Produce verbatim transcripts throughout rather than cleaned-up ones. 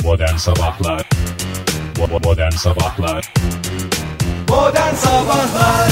Modern Sabahlar Modern Sabahlar Modern Sabahlar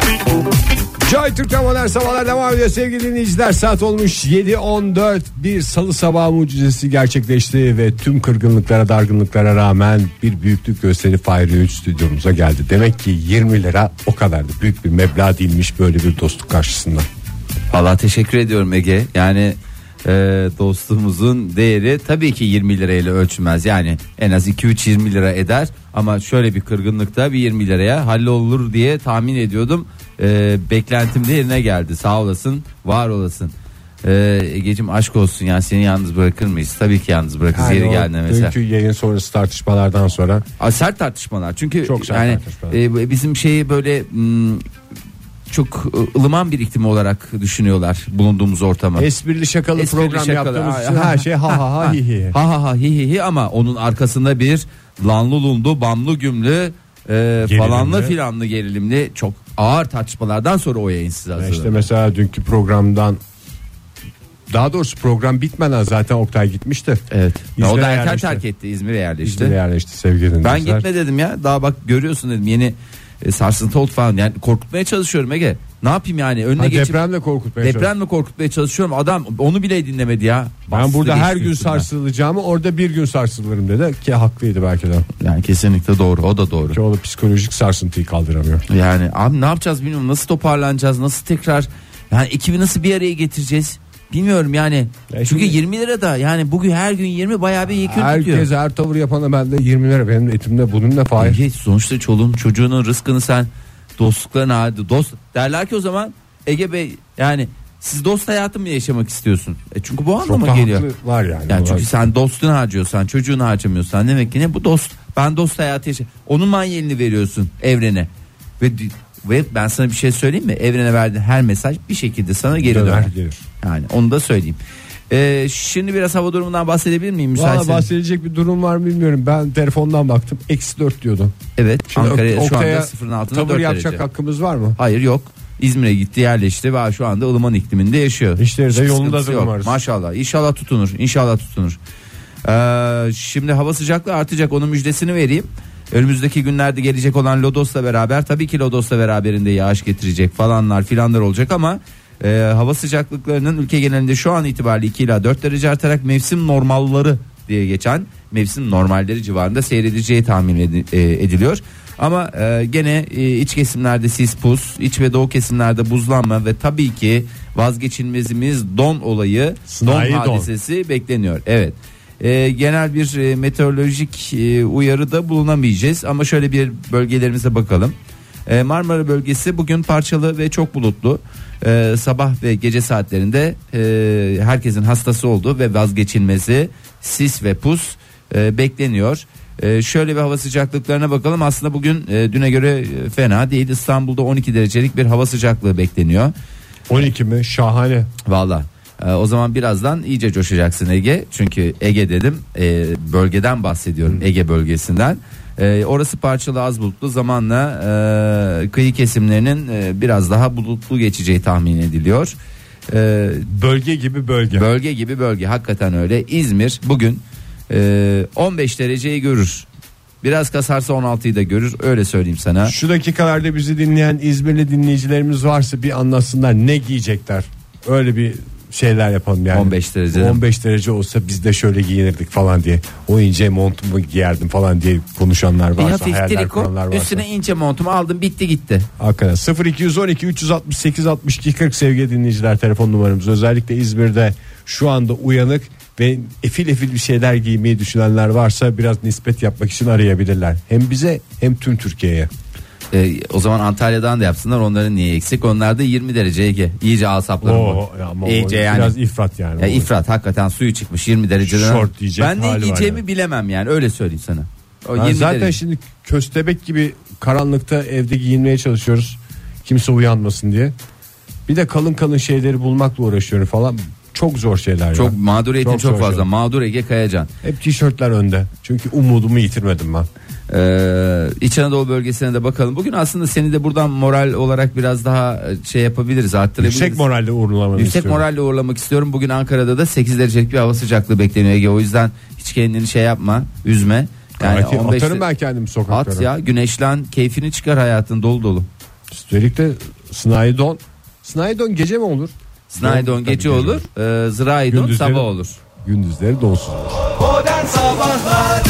Joy Türk'te Modern Sabahlar devam ediyor sevgili dinleyiciler. Saat olmuş yedi on dört, bir salı sabahı mucizesi gerçekleşti ve tüm kırgınlıklara, dargınlıklara rağmen bir büyüklük gösterip Fahir Öğünç stüdyomuza geldi. Demek ki yirmi lira o kadar da büyük bir meblağ değilmiş böyle bir dostluk karşısında. Vallahi teşekkür ediyorum Ege. Yani e, dostluğumuzun değeri tabii ki yirmi lirayla ölçülmez. Yani en az iki üç yirmi lira eder. Ama şöyle bir kırgınlıkta bir yirmi liraya hallolur diye tahmin ediyordum. E, beklentim de yerine geldi. Sağ olasın, var olasın. E, Egeciğim aşk olsun ya, seni yalnız bırakır mıyız? Tabii ki yalnız bırakırız Yani yeri geldiğinde mesela. Dünkü yayın sonrası tartışmalardan sonra. A, sert tartışmalar. Çünkü Çok sert yani tartışmalar. e, bizim şeyi böyle m, çok ılıman bir iklim olarak düşünüyorlar bulunduğumuz ortamı. Esprili şakalı Esprili program şakalı, yaptığımız için ha, her şey ha ha ha hi hi. Ha ha ha hi hi hi ama onun arkasında bir lanlı lundu bamlı gümlü e, falanlı filanlı gerilimli çok ağır tartışmalardan sonra o yayın size hazırladım. İşte mesela dünkü programdan, daha doğrusu program bitmeden zaten Oktay gitmişti. Evet. Ya o da erken yerleşti. terk etti, İzmir'e yerleşti. İzmir'e yerleşti sevgili dinleyiciler. Ben gitme dedim ya. Daha bak görüyorsun dedim, yeni e, sarsıntı oldu falan. Yani korkutmaya çalışıyorum Ege. Ne yapayım yani, önüne Ha, geçip depremle korkutmaya çalışıyorum. depremle korkutmaya çalışıyorum. Adam onu bile dinlemedi ya. Ben Bastı burada geçti her gün üstünden. sarsılacağımı orada bir gün sarsılırım dedi ki haklıydı belki de. Yani kesinlikle doğru, o da doğru. Ki o da psikolojik sarsıntıyı kaldıramıyor. Yani abi ne yapacağız bilmiyorum, nasıl toparlanacağız, nasıl tekrar yani ekibi nasıl bir araya getireceğiz bilmiyorum yani. Ya Çünkü şimdi- yirmi lira da yani bugün her gün yirmi bayağı bir yekün tutuyor. Herkes her tavır yapana ben de yirmi lira, benim etimde bunun ne Fahir. Ege, sonuçta çoluğun çocuğunun rızkını sen dostluklarına hadi dost derler ki o zaman Ege Bey yani siz dost hayatı mı yaşamak istiyorsun? E çünkü bu Çok anlama da geliyor. haklı var yani. Yani çünkü Olarak. sen dostunu harcıyorsan, çocuğunu harcamıyorsan demek ki ne bu dost? Ben dost hayatı yaşa. Onun manyelini veriyorsun evrene. Ve ve ben sana bir şey söyleyeyim mi? Evrene verdiğin her mesaj bir şekilde sana geri Döner döner. gelir. Yani onu da söyleyeyim. Ee, şimdi biraz hava durumundan bahsedebilir miyim Valla müsaitsen? bahsedecek bir durum var mı bilmiyorum. Ben telefondan baktım. Eksi dört diyordu. Evet. Şimdi Ankara'ya şu anda Oktay'a sıfırın altında tavır dört yapacak derece. hakkımız var mı? Hayır yok. İzmir'e gitti, yerleşti ve şu anda ılıman ikliminde yaşıyor. İşleri de Hiçbir yolundadır sıkıntısı yok. umarız. Maşallah. İnşallah tutunur. İnşallah tutunur. Ee, şimdi hava sıcaklığı artacak, onun müjdesini vereyim. Önümüzdeki günlerde gelecek olan Lodos'la beraber, tabii ki Lodos'la beraberinde yağış getirecek falanlar filanlar olacak ama e, hava sıcaklıklarının ülke genelinde şu an itibariyle iki ila dört derece artarak mevsim normalları diye geçen mevsim normalleri civarında seyredeceği tahmin edi- e, ediliyor. Ama e, gene e, iç kesimlerde sis pus, iç ve doğu kesimlerde buzlanma ve tabii ki vazgeçilmezimiz don olayı, Sınai don don. hadisesi bekleniyor. Evet. E, genel bir e, meteorolojik e, uyarıda bulunamayacağız ama şöyle bir bölgelerimize bakalım. E, Marmara bölgesi bugün parçalı ve çok bulutlu. E, sabah ve gece saatlerinde e, herkesin hastası olduğu ve vazgeçilmezi sis ve pus e, bekleniyor. E, şöyle bir hava sıcaklıklarına bakalım. Aslında bugün e, düne göre e, fena değil. İstanbul'da on iki derecelik bir hava sıcaklığı bekleniyor. on iki mi? Şahane. Valla. Ee, o zaman birazdan iyice coşacaksın Ege. Çünkü Ege dedim, e, bölgeden bahsediyorum, Ege bölgesinden. E, orası parçalı az bulutlu, zamanla e, kıyı kesimlerinin e, biraz daha bulutlu geçeceği tahmin ediliyor. E, Bölge gibi bölge. bölge gibi bölge, hakikaten öyle. İzmir bugün e, on beş dereceyi görür. Biraz kasarsa on altıyı da görür, öyle söyleyeyim sana. Şu dakikalarda bizi dinleyen İzmirli dinleyicilerimiz varsa bir anlatsınlar ne giyecekler. Öyle bir şeyler yapalım yani. on beş derece. on beş derece olsa biz de şöyle giyinirdik falan diye. O ince montumu giyerdim falan diye konuşanlar Bir varsa, hafif hayaller triko, kuranlar varsa. üstüne ince montumu aldım, bitti gitti. Hakikaten sıfır iki on iki üç altı sekiz altmış iki kırk sevgili dinleyiciler, telefon numaramız. Özellikle İzmir'de şu anda uyanık ve efil efil bir şeyler giymeyi düşünenler varsa biraz nispet yapmak için arayabilirler. Hem bize hem tüm Türkiye'ye. Ee, o zaman Antalya'dan da yapsınlar, onların niye eksik? Onlar da yirmi derece Ege. İyice asaplarım Oo, bu. ya ama İyice o yani. biraz ifrat yani. Ya O. ifrat, hakikaten suyu çıkmış yirmi dereceden. Şort diyecek Ben ne hali var giyeceğimi yani. bilemem yani, öyle söyleyeyim sana. O Ben yirmi zaten derece. şimdi köstebek gibi karanlıkta evde giyinmeye çalışıyoruz. Kimse uyanmasın diye. Bir de kalın kalın şeyleri bulmakla uğraşıyorum falan. çok zor şeyler. Çok ya. mağduriyetin çok, Çok çok zor fazla. şey. Mağdur Ege Kayacan. Hep tişörtler önde. Çünkü umudumu yitirmedim ben. Ee, İç Anadolu bölgesine de bakalım. Bugün aslında seni de buradan moral olarak biraz daha şey yapabiliriz, arttırabiliriz. Yüksek moralle uğurlamanı Yüksek istiyorum. moralle uğurlamak istiyorum. Bugün Ankara'da da sekiz derecelik bir hava sıcaklığı bekleniyor Ege. O yüzden hiç kendini şey yapma, üzme. Yani Gayet iyi. on beş Atarım ben kendimi sokaklara. At ya, güneşlen, keyfini çıkar, hayatın dolu dolu. Üstelik de sınai don. Sınai don gece mi olur? Sınai don gece tabii olur, e, zırai don Gündüzleri- sabah olur. Gündüzleri donsuz. Modern Sabahlar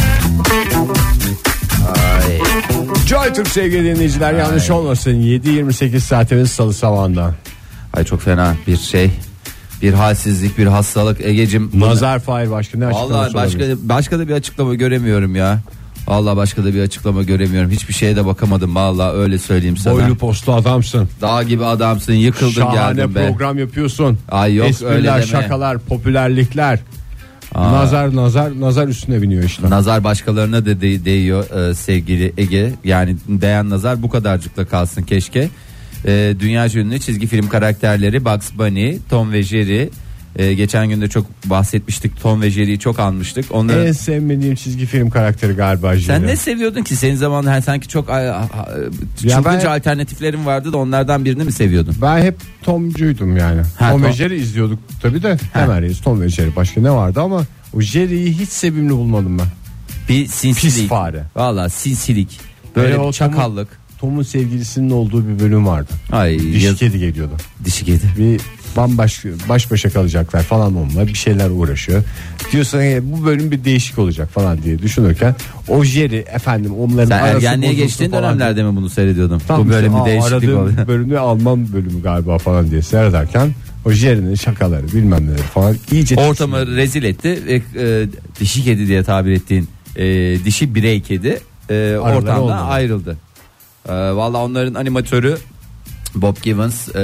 Joy Türk sevgili dinleyiciler, yanlış olmasın, yedi yirmi sekiz saatimiz salı sabahında. Ay çok fena bir şey. Bir halsizlik, bir hastalık Egecim. Nazar Fahir, başka ne açıklaması Vallahi başka olabilir? başka da bir açıklama göremiyorum ya. Vallahi başka da bir açıklama göremiyorum. Hiçbir şeye de bakamadım vallahi, öyle söyleyeyim sana. Boylu postlu adamsın. Dağ gibi adamsın, yıkıldın Şahane geldin be. program yapıyorsun. Ay yok, öyle Espriler, deme. şakalar, popülerlikler. Aa. Nazar nazar nazar üstüne biniyor işte. Nazar başkalarına da de- değiyor e, sevgili Ege. Yani değen nazar bu kadarcıkla kalsın keşke. E, dünya ünlü çizgi film karakterleri Bugs Bunny, Tom ve Jerry. E, geçen gün de çok bahsetmiştik. Tom ve Jerry'yi çok anmıştık. Onları... En sevmediğim çizgi film karakteri galiba Jerry. Sen ne seviyordun ki? Senin zamanında hani sanki çok a- a- a- Ya çılgınca ben- alternatiflerin vardı da onlardan birini mi seviyordun? Ben hep Tom'cuydum yani. Ha, Tom ve Tom. Jerry izliyorduk tabii de. Hemen reis Tom ve Jerry, başka ne vardı ama o Jerry'yi hiç sevimli bulmadım ben. Bir sinsilik. Pis fare. Valla sinsilik. Böyle Hele bir o çakallık. Tom'un sevgilisinin olduğu bir bölüm vardı. Ay Dişi yaz- kedi geliyordu. dişi kedi. Bir bambaşka baş başa kalacaklar falan, onunla bir şeyler uğraşıyor. Diyorsun "E, bu bölüm bir değişik olacak falan diye düşünürken o Jerry efendim onların Sen arası ergenliğe bozulsun geçtiğin falan dönemlerde mi bunu seyrediyordun? Tam Bu böyle işte, bir aa, değişiklik aradığım oldu. bölümü Alman bölümü galiba falan diye seyrederken o Jerry'nin şakaları bilmem neleri falan iyice Ortamı tiksindim. rezil etti. E, e, dişi kedi diye tabir ettiğin e, dişi birey kedi e, ortamdan olmadı. ayrıldı. E, Valla onların animatörü Bob Givens e,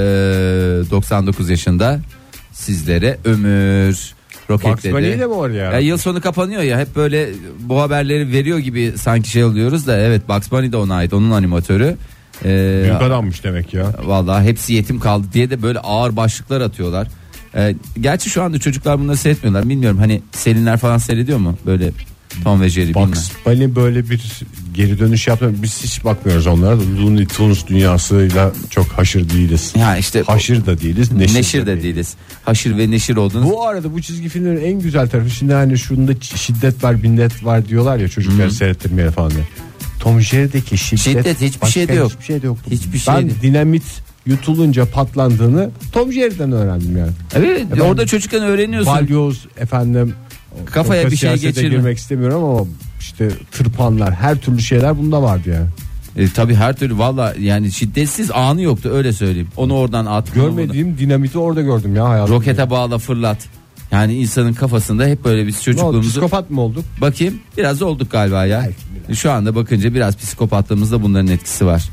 doksan dokuz yaşında, sizlere ömür Bugs roketledi. Bunny de mi var ya? Ya yıl sonu kapanıyor ya, hep böyle bu haberleri veriyor gibi sanki şey oluyoruz da, evet Bugs Bunny de ona ait, onun animatörü. E, Büyük adammış demek ya. Vallahi hepsi yetim kaldı diye de böyle ağır başlıklar atıyorlar. Ee, gerçi şu anda çocuklar bunları seyretmiyorlar. Bilmiyorum, hani Selinler falan seyrediyor mu? Böyle Tom ve Jerry bilmem. Bugs Bunny böyle bir geri dönüş yapmıyor. Biz hiç bakmıyoruz onlara. Looney Tunes dünyasıyla çok haşır değiliz. Ya işte Haşır da değiliz, neşir, neşir, de değiliz. Haşır ve neşir oldunuz. Bu arada bu çizgi filmlerin en güzel tarafı, şimdi hani şunda şiddet var, bindet var diyorlar ya çocukları seyrettirmeye falan diye. Tom Jerry'deki şiddet, Şiddet hiçbir başka şeyde yok. Hiçbir şeyde yok. Hiçbir Ben şeyde. dinamit yutulunca patlandığını Tom Jerry'den öğrendim yani. Evet, Efendim, orada çocukken öğreniyorsun. Balyoz efendim. Kafaya çok da bir şey siyasete geçirme. girmek istemiyorum ama işte tırpanlar, her türlü şeyler bunda vardı yani. E, tabii her türlü, valla yani şiddetsiz anı yoktu, öyle söyleyeyim. Onu oradan at. bunu Görmediğim dinamiti orada gördüm ya bunu. hayatımda. Rokete bağla, fırlat. Yani insanın kafasında hep böyle biz Ne oldu, çocukluğumuzu... psikopat mı olduk? Bakayım, biraz olduk galiba ya. Şu anda bakınca biraz psikopatlığımızda bunların etkisi var.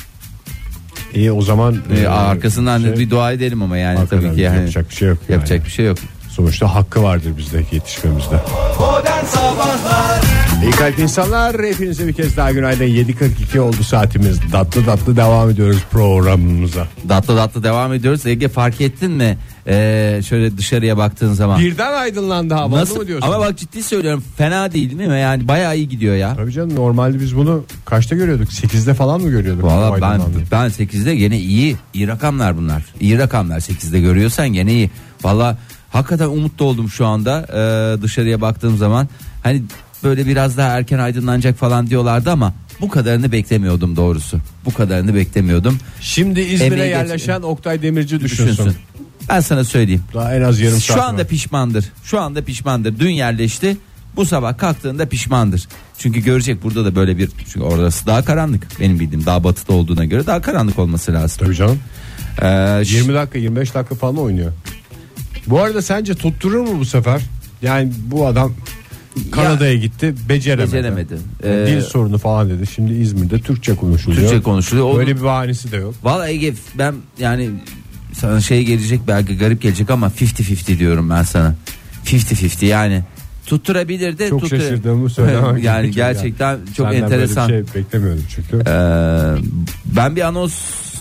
İyi o zaman Ee, e, arkasından şey, bir dua edelim ama yani hakikaten tabii ki yani yapacak bir şey yok. yapacak yani. bir şey yok. Sonuçta hakkı vardır bizdeki yetişmemizde. Modern Sabahlar İyi kalp insanlar, hepinize bir kez daha günaydın. yedi kırk iki oldu saatimiz. Tatlı tatlı devam ediyoruz programımıza. Datlı datlı devam ediyoruz. Ege, fark ettin mi? Ee, şöyle dışarıya baktığın zaman. Birden aydınlandı havalı Nasıl? mı diyorsun? Ama bak ciddi söylüyorum, fena değil değil mi? Yani bayağı iyi gidiyor ya. Tabii canım, normalde biz bunu kaçta görüyorduk? sekizde falan mı görüyorduk? Valla ben Aydınlandı. ben sekizde gene iyi. İyi rakamlar bunlar. İyi rakamlar, sekizde görüyorsan gene iyi. Valla hakikaten umutlu oldum şu anda ee, dışarıya baktığım zaman. Hani böyle biraz daha erken aydınlanacak falan diyorlardı ama bu kadarını beklemiyordum doğrusu. Bu kadarını beklemiyordum. Şimdi İzmir'e Emeği yerleşen Oktay Demirci düşünsün. Düşünsün. Ben sana söyleyeyim. Daha en az yarım saat Şu anda var. pişmandır. Şu anda pişmandır. Dün yerleşti. Bu sabah kalktığında pişmandır. Çünkü görecek burada da böyle bir, çünkü orası daha karanlık. Benim bildiğim daha batıda olduğuna göre daha karanlık olması lazım. Tabii canım. Ee, ş- yirmi dakika yirmi beş dakika falan oynuyor. Bu arada sence tutturur mu bu sefer? Yani bu adam Kanada'ya gitti, beceremedi. Beceremedi. Yani Ee, dil sorunu falan dedi. Şimdi İzmir'de Türkçe konuşuluyor. Türkçe konuşuluyor. Onun- Böyle bir bahanesi de yok. Vallahi Ege, ben yani sana şey gelecek, belki garip gelecek ama elli elli diyorum ben sana. elli elli yani tutturabilir de Çok tuttur- şaşırdığımı söylemek yani gerekiyor gerçekten yani. çok Senden enteresan. böyle bir şey beklemiyordum çünkü. Ee, ben bir anons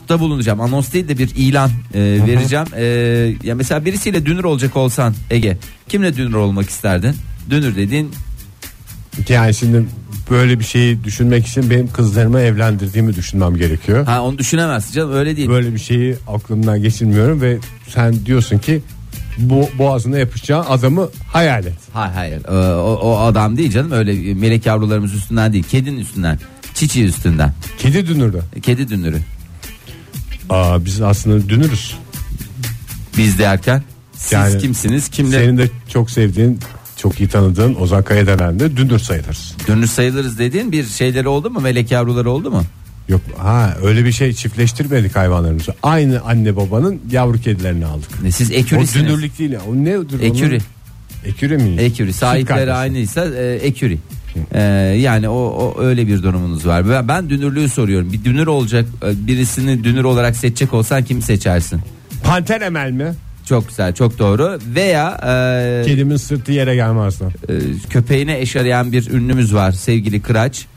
anonsta bulunacağım. Anons değil de bir ilan e, vereceğim. E, ya mesela birisiyle dünür olacak olsan Ege, kimle dünür olmak isterdin? Dünür dediğin Yani şimdi böyle bir şeyi düşünmek için benim kızlarımı evlendirdiğimi düşünmem gerekiyor. ha onu düşünemezsin canım, öyle değil. Böyle bir şeyi aklımdan geçirmiyorum ve sen diyorsun ki bu boğazına yapışacağın adamı hayal et. Hayır hayır Ee, o, o adam değil canım, öyle melek yavrularımız üstünden değil, kedinin üstünden, çiçeği üstünden, Kedi dünürde. kedi dünürü. Aa, biz aslında dünürüz. Biz derken siz Yani kimsiniz, kimle Senin de çok sevdiğin, çok iyi tanıdığın Ozan Kayadelen de dünür sayılırız. dünür sayılırız dediğin bir şeyleri oldu mu, melek yavruları oldu mu? Yok, ha öyle bir şey, çiftleştirmedik hayvanlarımızı. Aynı anne babanın yavru kedilerini aldık. Ne, siz O ekürisiniz. dünürlük değil ya. O nedir? Eküri. Eküri mi? Eküri, sahipleri aynıysa e, eküri. Ee, yani o, o öyle bir durumunuz var. Ben, ben dünürlüğü soruyorum. Bir dünür olacak, e, birisini dünür olarak seçecek olsan kimi seçersin? Panter Emel mi? Çok güzel, çok doğru. Veya e, Kedimin sırtı yere gelmez. e, köpeğine eş arayan bir ünlümüz var, sevgili Kıraç.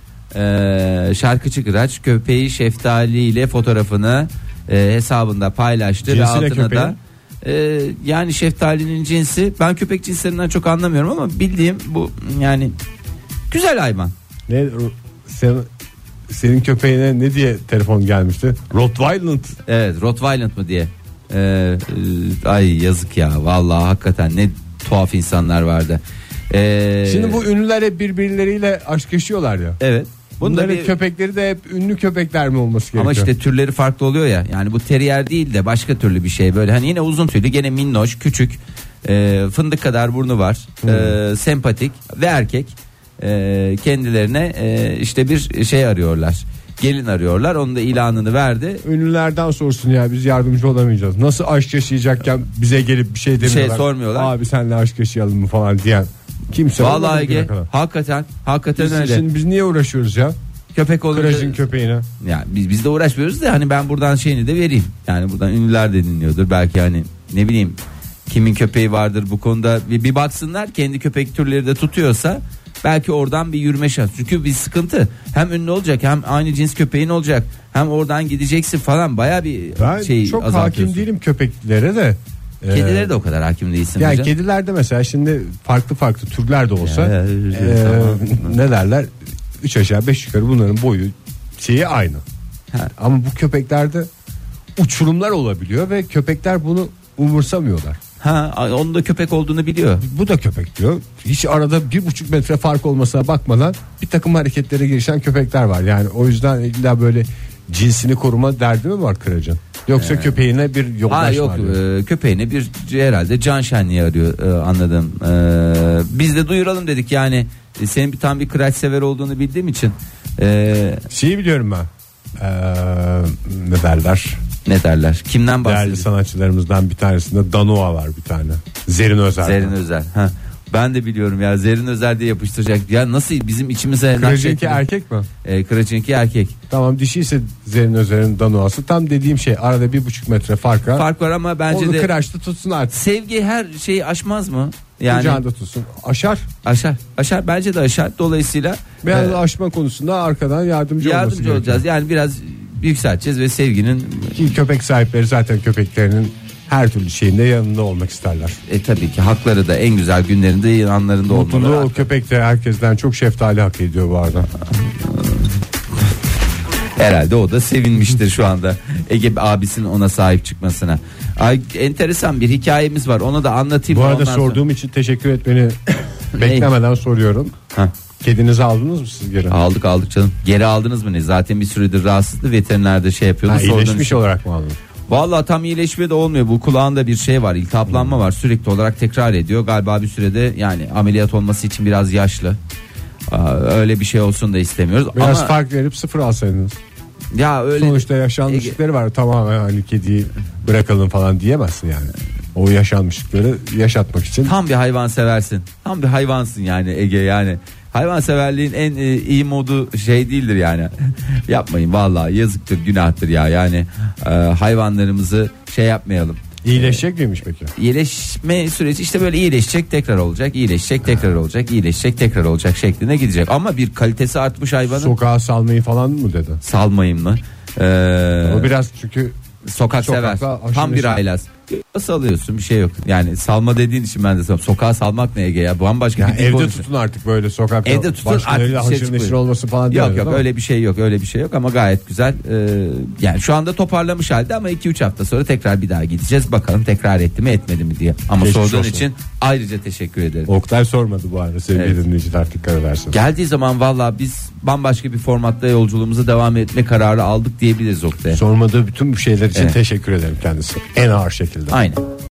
E, şarkıcı Kıraç köpeği Şeftali ile fotoğrafını e, hesabında paylaştı. Cinsi Ve ne altına köpeğin? da e, yani Şeftali'nin cinsi, ben köpek cinslerinden çok anlamıyorum ama bildiğim bu, yani güzel hayvan. Ne sen, senin köpeğine ne diye telefon gelmişti? Rottweiler. Evet, Rottweiler mı diye. Ee, e, ay yazık ya, vallahi hakikaten ne tuhaf insanlar vardı. Ee, Şimdi bu ünlüler hep birbirleriyle aşk yaşıyorlar ya. evet. Bunda Bunların bir, köpekleri de hep ünlü köpekler mi olması gerekiyor? ama işte türleri farklı oluyor ya. Yani bu terrier değil de başka türlü bir şey, böyle hani yine uzun tüylü, gene minnoş, küçük, e, fındık kadar burnu var, e, sempatik ve erkek. E, kendilerine e, işte bir şey arıyorlar. Gelin arıyorlar. Onun da ilanını verdi. Ünlülerden sorsun ya, biz yardımcı olamayacağız. Nasıl aşk yaşayacakken bize gelip bir şey demiyorlar. şey sormuyorlar. Abi senle aşk yaşayalım mı falan diyen kimse Vallahi olmadı bugüne Ege, kadar. hakikaten hakikaten Biz, öyle. şimdi biz niye uğraşıyoruz ya? Köpek olunca Kıraç'ın köpeğine. ya biz biz de uğraşmıyoruz da hani ben buradan şeyini de vereyim. Yani buradan ünlüler de dinliyordur belki, hani ne bileyim kimin köpeği vardır bu konuda, bir, bir baksınlar, kendi köpek türleri de tutuyorsa belki oradan bir yürüme şansı. Çünkü bir sıkıntı, hem ünlü olacak hem aynı cins köpeğin olacak, hem oradan gideceksin falan, baya bir Ben şey çok azaltıyorsun. hakim değilim köpeklere de. Ee, Kedilere de o kadar hakim değilsin Yani hocam. kedilerde mesela şimdi farklı farklı türler de olsa Ya, e, tamam. ne derler, üç aşağı beş yukarı bunların boyu şeyi aynı. Ha. Ama bu köpeklerde uçurumlar olabiliyor ve köpekler bunu umursamıyorlar. Ha, onun da köpek olduğunu biliyor. Bu da köpek diyor. Hiç arada bir buçuk metre fark olmasına bakmadan bir takım hareketlere girişen köpekler var. Yani o yüzden illa böyle cinsini koruma derdi mi var Kıraç'ın? Yoksa köpeğine bir Ha yoldaş yok, mı arıyor? e, köpeğine bir herhalde can şenliği arıyor, e, anladım. E, biz de duyuralım dedik yani, e, senin bir tam bir Kıraç sever olduğunu bildiğim için. E, Şeyi biliyorum ben. Ee, ne derler? ne derler? Kimden Değerli bahsediyorsun? sanatçılarımızdan bir tanesinde Danua var bir tane. Zerin Özer. Zerin Özer. Ha. Ben de biliyorum ya, Zerin Özer diye yapıştıracak. Ya nasıl bizim içimize Kıraç'ınki erkek mi? E, Kıraç'ınki erkek. Tamam, dişi ise Zerin Özer'in Danua'sı. Tam dediğim şey, arada bir buçuk metre fark var. Fark var ama bence Onu de Kıraç'ta tutsun artık. sevgi her şeyi aşmaz mı? Yani Kucağında tutsun. Aşar. aşar. Aşar, bence de aşar. Dolayısıyla Biraz e, aşma konusunda arkadan yardımcı, olması yardımcı gerekiyor. olacağız. Yani biraz yükselteceğiz ve sevginin Ki köpek sahipleri zaten köpeklerinin her türlü şeyinde yanında olmak isterler. e, tabii ki hakları da en güzel günlerinde, anlarında Mutluluğu olmaları. o köpek de herkesten çok şeftali hak ediyor bu arada. Herhalde o da sevinmiştir şu anda Ege abisinin ona sahip çıkmasına. Ay, enteresan bir hikayemiz var, onu da anlatayım. Bu arada Ondan sonra- sorduğum için teşekkür etmeni beklemeden soruyorum. Ha. Kedinizi aldınız mı siz geri? Aldık aldık canım. Geri aldınız mı ne? Zaten bir süredir rahatsızdı. Veterinerde şey yapıyordu. Ha, sorduğunuz iyileşmiş için. olarak mı aldınız? Vallahi tam iyileşme de olmuyor. Bu kulağında bir şey var. İltihaplanma Hmm. var. Sürekli olarak tekrar ediyor. Galiba bir sürede yani ameliyat olması için biraz yaşlı. Aa, öyle bir şey olsun da istemiyoruz. Biraz Ama fark verip sıfır alsaydınız. ya öyle Sonuçta yaşanmışlıkları var. Tamamen hani kediyi bırakalım falan diyemezsin yani. O yaşanmışlıkları yaşatmak için. tam bir hayvan seversin. Tam bir hayvansın yani Ege yani. Hayvanseverliğin en e, iyi modu şey değildir yani. Yapmayın vallahi, yazıktır, günahtır ya. Yani e, hayvanlarımızı şey yapmayalım. İyileşecek miymiş peki? İyileşme süreci işte böyle iyileşecek, tekrar olacak, iyileşecek, tekrar olacak, iyileşecek, tekrar olacak şeklinde gidecek. Ama bir kalitesi artmış hayvanın. Sokağa salmayı falan mı dedi? Salmayın mı? Ee, O biraz çünkü sokak sokakla sever. aşırı Tam bir neşir. haylaz. Salıyorsun bir şey yok. Yani salma dediğin için ben de salmam. Sokağa salmak ne Ege ya? Bambaşka yani bir dil evde konuşuyor. tutun artık böyle sokakta. Evde tutun artık başkalarıyla bir şey haşır neşir çıkmıyor. olması falan Yok diyoruz, yok değil mi? öyle bir şey yok öyle bir şey yok ama gayet güzel. Ee, yani şu anda toparlamış halde ama iki üç hafta sonra tekrar bir daha gideceğiz. Bakalım tekrar etti mi etmedi mi diye. Ama Geçmiş sorduğun olsun. için ayrıca teşekkür ederim. Oktay sormadı bu arada sevgili Evet. dinleyiciler, dikkat edersiniz. Geldiği zaman valla biz bambaşka bir formatta yolculuğumuza devam etme kararı aldık diyebiliriz Oktay. Sormadığı bütün bu şeyler için Evet. teşekkür ederim kendisi. En ağır şekilde. Aynen.